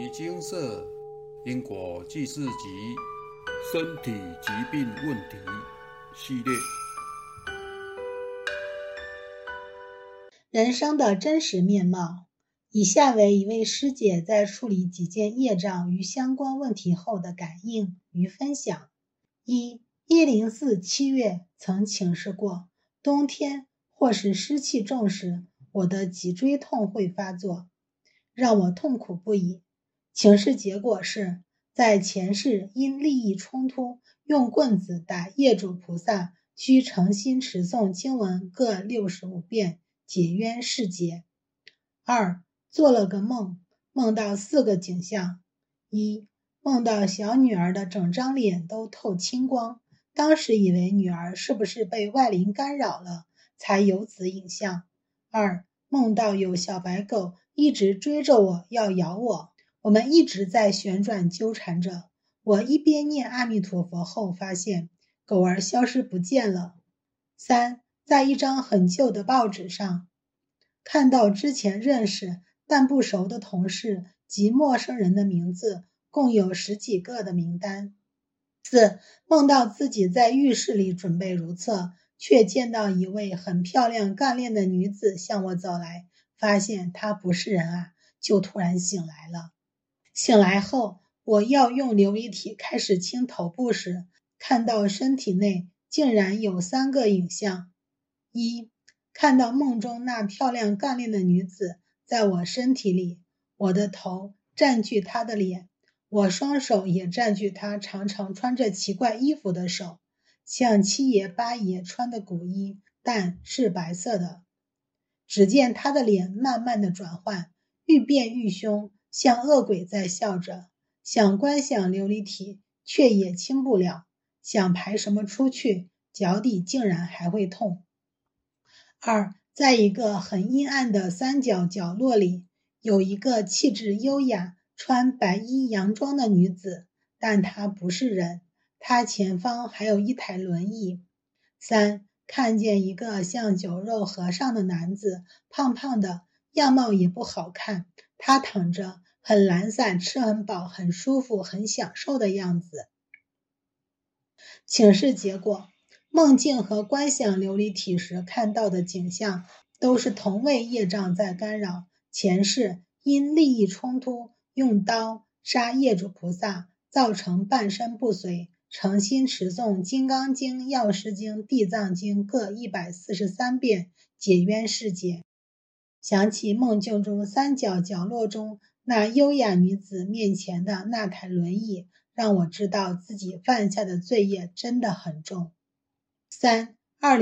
精舍因果记事集身体疾病问题系列。 人生的真实面貌。以下为一位师姐在处理几件业障与相关问题后的感应与分享。104 7月曾请示过，冬天或是湿气重时，我的脊椎痛会发作，让我痛苦不已。请示结果是，在前世因利益冲突，用棍子打业主菩萨，需诚心持诵经文各65遍，解冤释结。2. 做了个梦，梦到4个景象。1. 梦到小女儿的整张脸都透青光，当时以为女儿是不是被外灵干扰了，才有此影像。2. 梦到有小白狗一直追着我要咬我，我们一直在旋转纠缠着，我一边念阿弥陀佛后发现狗儿消失不见了。3. 在一张很旧的报纸上看到之前认识但不熟的同事及陌生人的名字，共有10几个的名单。4. 梦到自己在浴室里准备如厕，却见到一位很漂亮干练的女子向我走来，发现她不是人啊，就突然醒来了。醒来后，我要用琉璃体开始清头部时，看到身体内竟然有3个影像。1. 看到梦中那漂亮干练的女子在我身体里，我的头占据她的脸，我双手也占据她常常穿着奇怪衣服的手，像七爷八爷穿的古衣，但是白色的。只见她的脸慢慢的转换，愈变愈凶，像恶鬼在笑着，想观想琉璃体却也清不了，想排什么出去，脚底竟然还会痛。2. 在一个很阴暗的三角角落里，有一个气质优雅穿白衣洋装的女子，但她不是人，她前方还有一台轮椅。3. 看见一个像酒肉和尚的男子，胖胖的，样貌也不好看，他躺着很懒散，吃很饱，很舒服，很享受的样子。请示结果，梦境和观想琉璃体时看到的景象都是同位业障在干扰，前世因利益冲突，用刀杀业主菩萨，造成半身不遂，诚心持诵金刚经、药师经、地藏经各143遍，解冤释结。想起梦境中三角角落中那优雅女子面前的那台轮椅，让我知道自己犯下的罪业真的很重。3.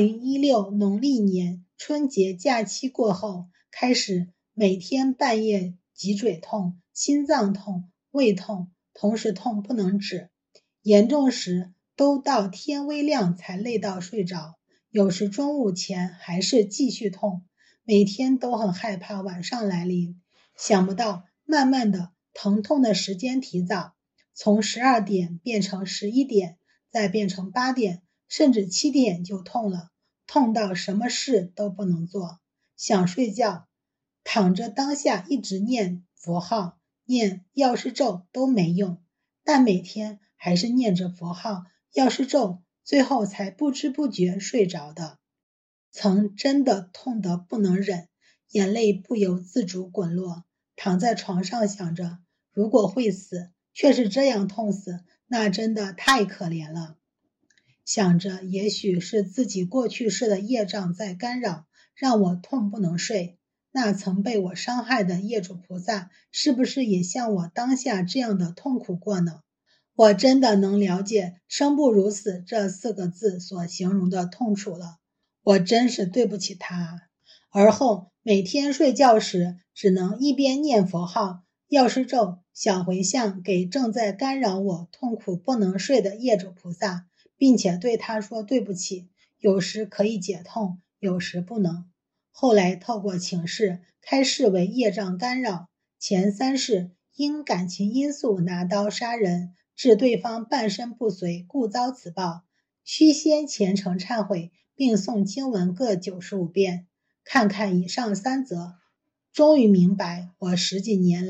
2016农历年春节假期过后，开始每天半夜脊椎痛、心脏痛、胃痛，同时痛不能止，严重时都到天微亮才累到睡着，有时中午前还是继续痛，每天都很害怕晚上来临。想不到慢慢的疼痛的时间提早，从12点变成11点，再变成8点，甚至7点就痛了，痛到什么事都不能做，想睡觉，躺着当下一直念佛号、念药师咒都没用，但每天还是念着佛号、药师咒，最后才不知不觉睡着的。曾真的痛得不能忍，眼泪不由自主滚落，躺在床上想着，如果会死，却是这样痛死，那真的太可怜了。想着也许是自己过去世的业障在干扰，让我痛不能睡，那曾被我伤害的业主菩萨是不是也像我当下这样的痛苦过呢？我真的能了解生不如死这4个字所形容的痛楚了，我真是对不起他。而后每天睡觉时只能一边念佛号、药师咒、小回向给正在干扰我痛苦不能睡的业主菩萨，并且对他说对不起，有时可以解痛，有时不能。后来透过请示开示为业障干扰，前3世因感情因素拿刀杀人，致对方半身不遂，故遭此报，须先虔诚忏悔，并诵经文各95遍。看看以上3则，终于明白我10几年来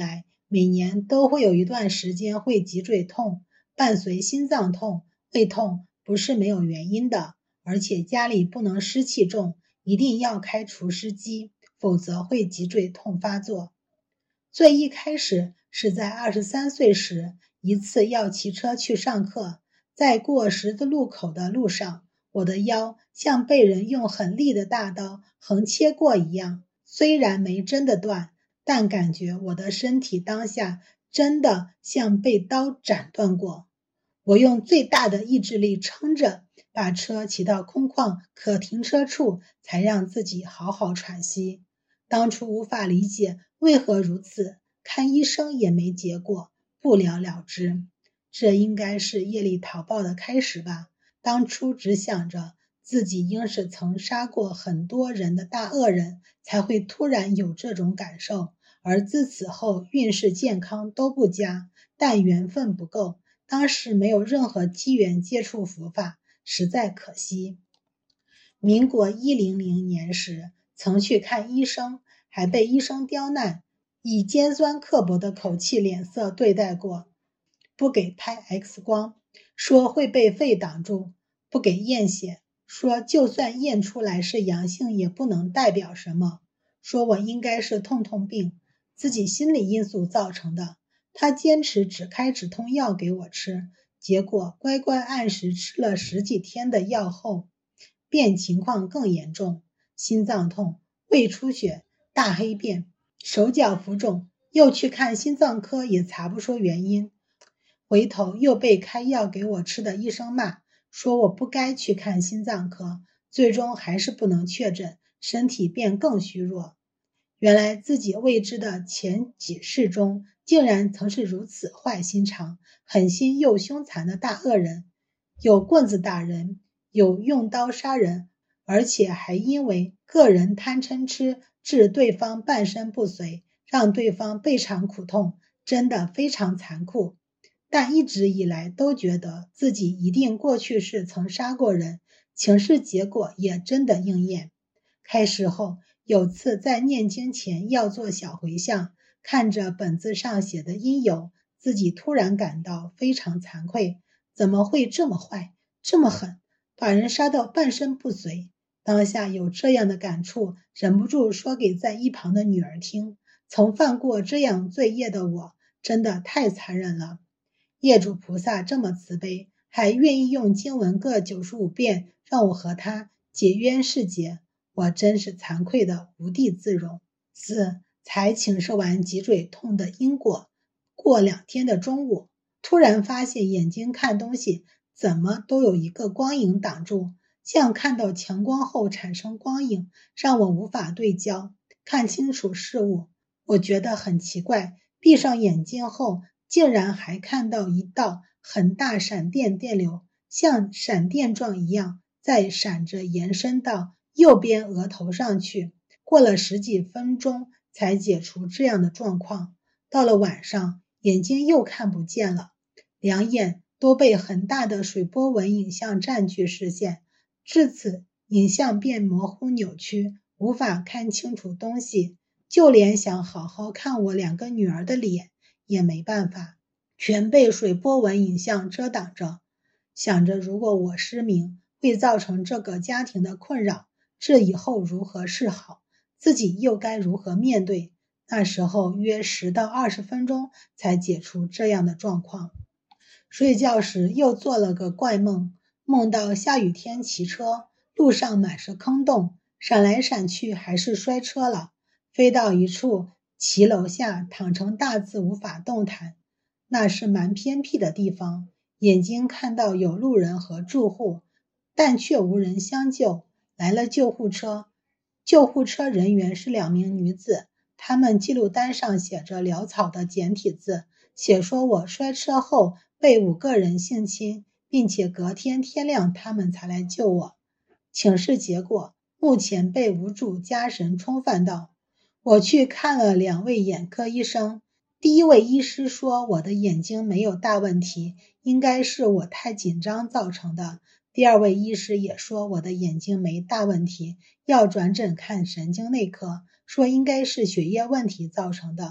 每年都会有一段时间会脊椎痛，伴随心脏痛、胃痛，不是没有原因的，而且家里不能湿气重，一定要开除湿机，否则会脊椎痛发作。最一开始是在23岁时，一次要骑车去上课，在过十字路口的路上，我的腰像被人用很利的大刀横切过一样，虽然没真的断，但感觉我的身体当下真的像被刀斩断过。我用最大的意志力撑着，把车骑到空旷可停车处，才让自己好好喘息。当初无法理解为何如此，看医生也没结果，不了了之。这应该是业力讨报的开始吧。当初只想着自己应是曾杀过很多人的大恶人，才会突然有这种感受，而自此后运势健康都不佳，但缘分不够，当时没有任何机缘接触佛法，实在可惜。民国100年时，曾去看医生，还被医生刁难，以尖酸刻薄的口气脸色对待过，不给拍 X 光，说会被肺挡住，不给验血，说就算验出来是阳性也不能代表什么，说我应该是痛病，自己心理因素造成的。他坚持只开止痛药给我吃，结果乖乖按时吃了10几天的药后，便情况更严重，心脏痛、胃出血、大黑便、手脚浮肿，又去看心脏科也查不出原因。回头又被开药给我吃的医生骂，说我不该去看心脏科，最终还是不能确诊，身体便更虚弱。原来自己未知的前几世中，竟然曾是如此坏心肠、狠心又凶残的大恶人，有棍子打人，有用刀杀人，而且还因为个人贪嗔痴，致对方半身不遂，让对方倍尝苦痛，真的非常残酷。但一直以来都觉得自己一定过去世曾杀过人，请示结果也真的应验。开始后，有次在念经前要做小回向，看着本子上写的因由，自己突然感到非常惭愧，怎么会这么坏，这么狠，把人杀到半身不遂。当下有这样的感触，忍不住说给在一旁的女儿听，曾犯过这样罪业的我，真的太残忍了。业主菩萨这么慈悲，还愿意用经文各95遍，让我和他解冤释结，我真是惭愧的无地自容。4. 才请示完脊椎痛的因果，过2天的中午，突然发现眼睛看东西怎么都有一个光影挡住，像看到强光后产生光影，让我无法对焦，看清楚事物。我觉得很奇怪，闭上眼睛后竟然还看到一道很大闪电电流，像闪电状一样在闪着延伸到右边额头上去，过了10几分钟才解除这样的状况。到了晚上，眼睛又看不见了，两眼都被很大的水波纹影像占据视线，至此影像变模糊扭曲，无法看清楚东西，就连想好好看我2个女儿的脸也没办法，全被水波纹影像遮挡着。想着如果我失明，会造成这个家庭的困扰，这以后如何是好，自己又该如何面对。那时候约10到20分钟才解除这样的状况。睡觉时又做了个怪梦，梦到下雨天骑车，路上满是坑洞，闪来闪去还是摔车了，飞到一处骑楼下躺成大字无法动弹。那是蛮偏僻的地方，眼睛看到有路人和住户，但却无人相救。来了救护车，救护车人员是2名女子，她们记录单上写着潦草的简体字，写说我摔车后被5个人性侵，并且隔天天亮他们才来救我。请示结果，目前被无主家神冲犯到。我去看了2位眼科医生，第一位医师说我的眼睛没有大问题，应该是我太紧张造成的。第2位医师也说我的眼睛没大问题，要转诊看神经内科，说应该是血液问题造成的，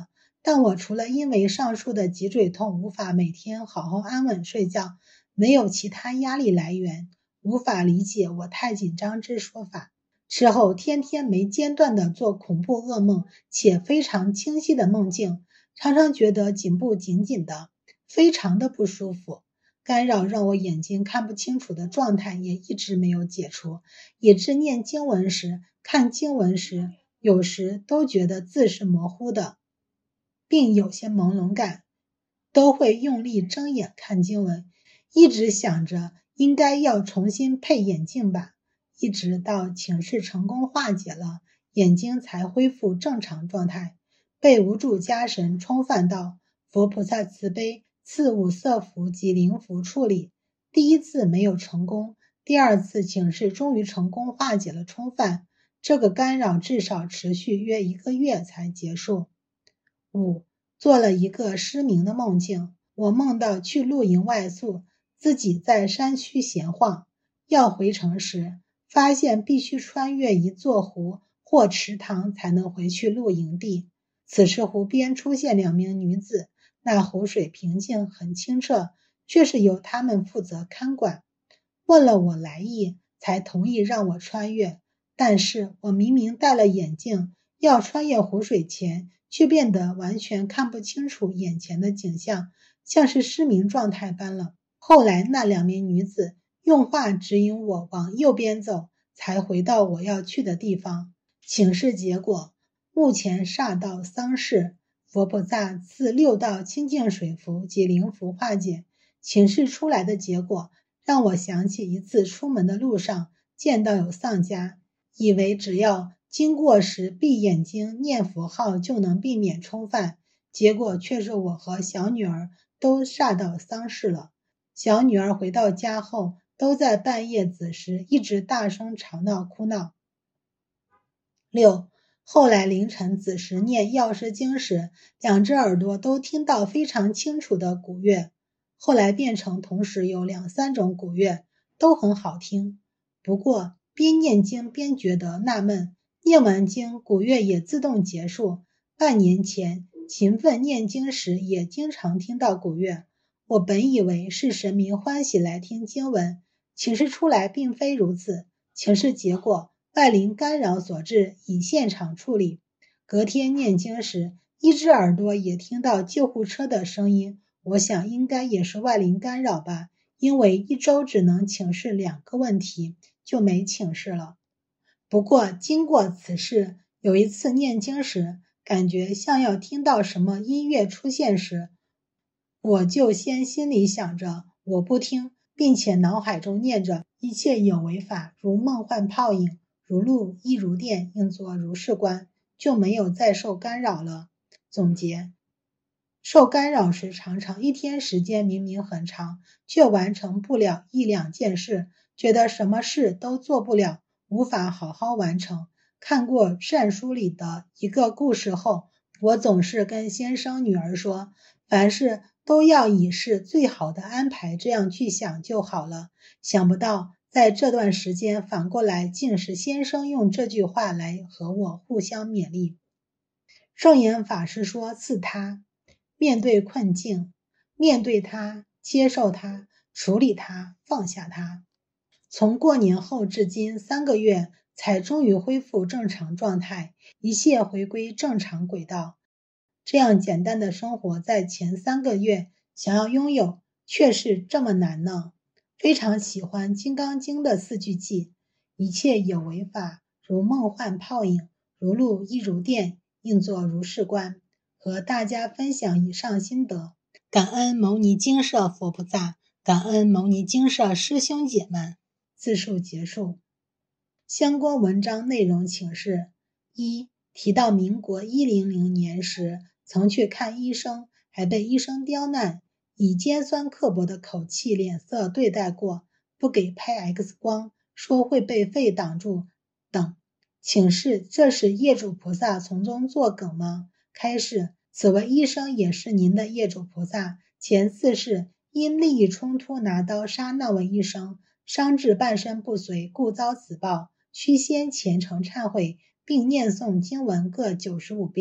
但我除了因为上述的脊椎痛无法每天好好安稳睡觉，没有其他压力来源，无法理解我太紧张之说法。之后天天没间断地做恐怖噩梦，且非常清晰的梦境，常常觉得颈部紧紧的，非常的不舒服，干扰让我眼睛看不清楚的状态也一直没有解除，以致念经文时、看经文时，有时都觉得字是模糊的，并有些朦胧感，都会用力睁眼看经文，一直想着应该要重新配眼镜吧，一直到请示成功化解了，眼睛才恢复正常状态，被无主家神冲犯到，佛菩萨慈悲赐五色符及灵符处理，第一次没有成功，第二次请示终于成功化解了冲犯，这个干扰至少持续约1个月才结束。5. 做了一个失明的梦境，我梦到去露营外宿，自己在山区闲晃，要回城时，发现必须穿越一座湖或池塘才能回去露营地。此时湖边出现2名女子，那湖水平静很清澈，却是由她们负责看管。问了我来意，才同意让我穿越，但是我明明戴了眼镜，要穿越湖水前，却变得完全看不清楚眼前的景象，像是失明状态般了。后来那2名女子用话指引我往右边走，才回到我要去的地方。请示结果，目前煞到丧事，佛菩萨赐6道清净水符及灵符化解。请示出来的结果让我想起一次出门的路上见到有丧家，以为只要经过时闭眼睛念佛号就能避免冲犯，结果却是我和小女儿都煞到丧事了。小女儿回到家后，都在半夜子时一直大声吵闹哭闹。6. 后来凌晨子时念药师经时，2只耳朵都听到非常清楚的鼓乐，后来变成同时有2、3种鼓乐，都很好听。不过边念经边觉得纳闷，念完经鼓乐也自动结束。半年前勤奋念经时也经常听到鼓乐，我本以为是神明欢喜来听经文，请示出来并非如此，请示结果外灵干扰所致，已现场处理。隔天念经时，1只耳朵也听到救护车的声音，我想应该也是外灵干扰吧，因为1周只能请示2个问题，就没请示了。不过经过此事，有一次念经时，感觉像要听到什么音乐出现时，我就先心里想着我不听，并且脑海中念着一切有为法如梦幻泡影，如露亦如电，应作如是观，就没有再受干扰了。总结，受干扰时常常一天时间明明很长，却完成不了1、2件事，觉得什么事都做不了，无法好好完成。看过善书里的一个故事后，我总是跟先生女儿说，凡事都要以是最好的安排这样去想就好了。想不到在这段时间反过来竟是先生用这句话来和我互相勉励。圣严法师说自他，面对困境，面对它，接受它，处理它，放下它。从过年后至今3个月才终于恢复正常状态，一切回归正常轨道。这样简单的生活在前3个月想要拥有却是这么难呢？非常喜欢《金刚经》的4句偈，一切有为法如梦幻泡影，如露亦如电，应作如是观，和大家分享以上心得。感恩牟尼精舍佛菩萨，感恩牟尼精舍师兄姐们。自述结束。相关文章内容请示：1. 提到民国100年时曾去看医生，还被医生刁难，以尖酸刻薄的口气脸色对待过，不给拍 X 光，说会被肺挡住等。请示这是业主菩萨从中作梗吗？开示此位医生也是您的业主菩萨，前4世因利益冲突拿刀杀那位医生，伤至半身不遂，故遭此报，须先虔诚忏悔，并念诵经文各95遍。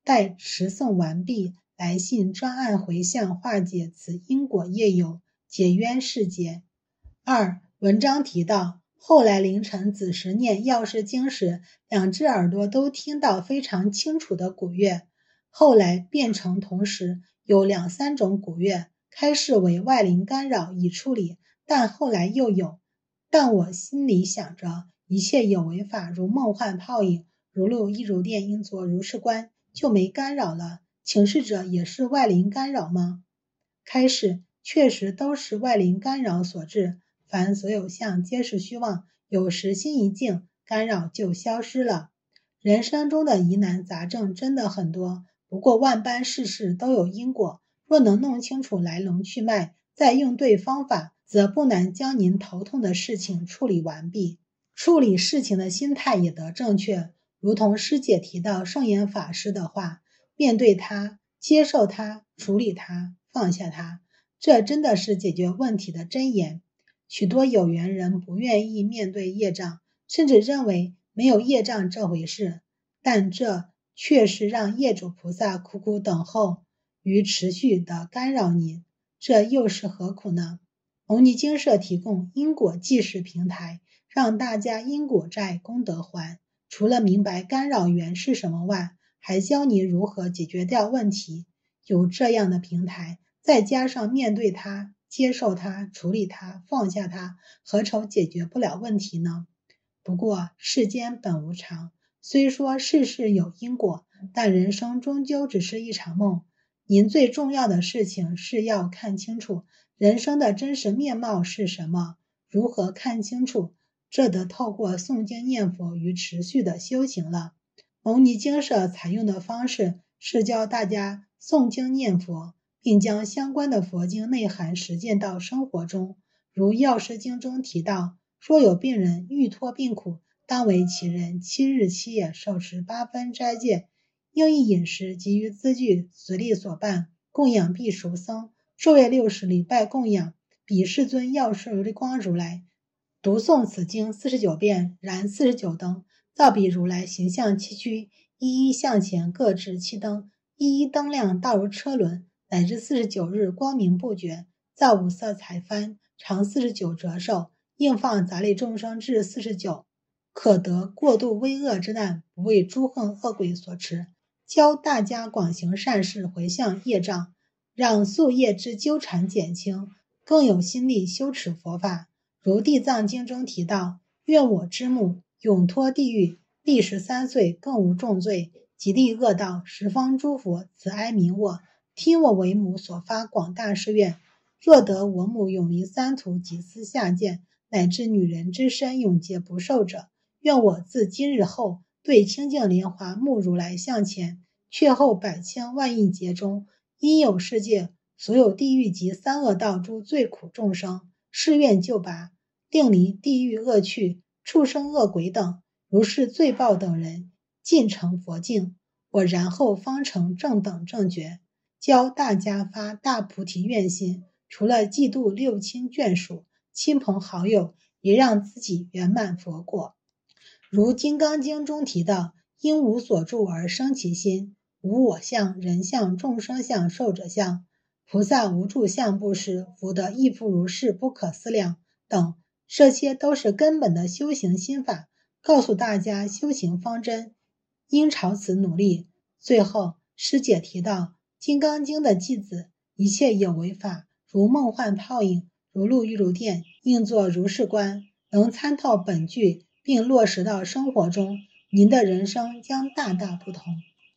待持诵完毕，来信专案回向化解此因果业有，解冤释结。2. 文章提到，后来凌晨子时念药师经时，两只耳朵都听到非常清楚的鼓乐，后来变成同时有2、3种鼓乐，开示为外灵干扰已处理，但后来又有。但我心里想着，一切有为法如梦幻泡影，如露亦如电，应作如是观，就没干扰了。请示者也是外灵干扰吗？开示确实都是外灵干扰所致，凡所有相皆是虚妄，有时心一静，干扰就消失了。人生中的疑难杂症真的很多，不过万般世事都有因果，若能弄清楚来龙去脉，再用对方法，则不难将您头痛的事情处理完毕。处理事情的心态也得正确，如同师姐提到圣严法师的话，面对它，接受它，处理它，放下它，这真的是解决问题的真言。许多有缘人不愿意面对业障，甚至认为没有业障这回事，但这却是让业主菩萨苦苦等候与持续的干扰您，这又是何苦呢？牟尼精舍提供因果记事平台，让大家因果债功德还，除了明白干扰源是什么外，还教你如何解决掉问题。有这样的平台，再加上面对它，接受它，处理它，放下它，何愁解决不了问题呢？不过世间本无常，虽说世事有因果，但人生终究只是一场梦。您最重要的事情是要看清楚人生的真实面貌是什么，如何看清楚，这得透过诵经念佛与持续的修行了。牟尼精舍采用的方式是教大家诵经念佛，并将相关的佛经内涵实践到生活中。如药师经中提到，若有病人欲脱病苦，当为其人7日7夜受持8分斋戒，应以饮食及于资具随力所办，供养必赎僧，昼夜60礼拜供养，彼世尊药师如来光如来，读诵此经49遍，燃49灯，造彼如来形象7躯，一一向前各置7灯，一一灯亮大如车轮，乃至49日光明不绝，造5色彩幡，长49折寿，应放杂类众生至49，可得过度危恶之难，不为诸横恶鬼所持。教大家广行善事，回向业障，让宿业之纠缠减轻，更有心力修持佛法。如地藏经中提到，愿我之母永脱地狱，历13岁更无重罪，极力恶道，十方诸佛慈哀悯我，听我为母所发广大誓愿，若得我母永离三途，及思下贱，乃至女人之身永劫不受者，愿我自今日后对清净莲华目如来向前，却后百千万亿劫中，因有世界所有地狱及三恶道诸最苦众生，誓愿救拔，令离地狱恶趣、畜生恶鬼等，如是罪报等人，尽成佛境，我然后方成正等正觉。教大家发大菩提愿心，除了嫉妒六亲眷属、亲朋好友，也让自己圆满佛果。如《金刚经》中提到，因无所住而生其心，无我相、人相、众生相、寿者相，菩萨无住相布施，福德亦复如是，不可思量等，这些都是根本的修行心法，告诉大家修行方针，应朝此努力。最后师姐提到《金刚经》的偈子，一切有为法如梦幻泡影，如露亦如电，应作如是观，能参透本句并落实到生活中，您的人生将大大不同。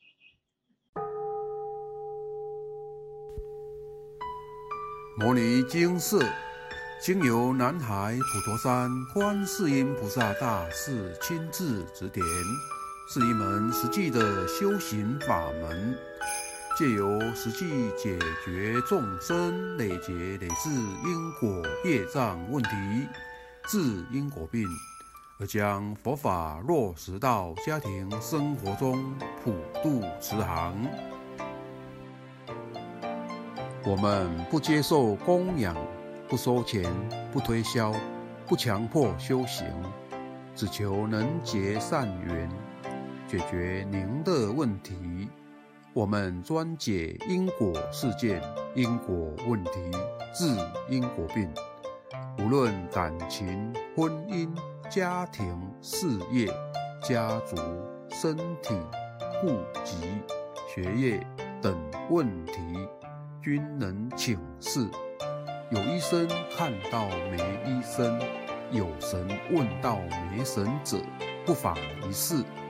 牟尼精舍经由南海普陀山观世音菩萨大士亲自指点，是一门实际的修行法门，借由实际解决众生累劫累世因果业障问题，治因果病，而将佛法落实到家庭生活中，普度慈航。我们不接受供养，不收钱，不推销，不强迫修行，只求能结善缘，解决您的问题， 我们专解因果事件、因果问题、治因果病。无论感情、婚姻、家庭、事业、家族、身体、户籍、学业等问题，均能请示。有医生看到没医生，有神问到没神者，不妨一试。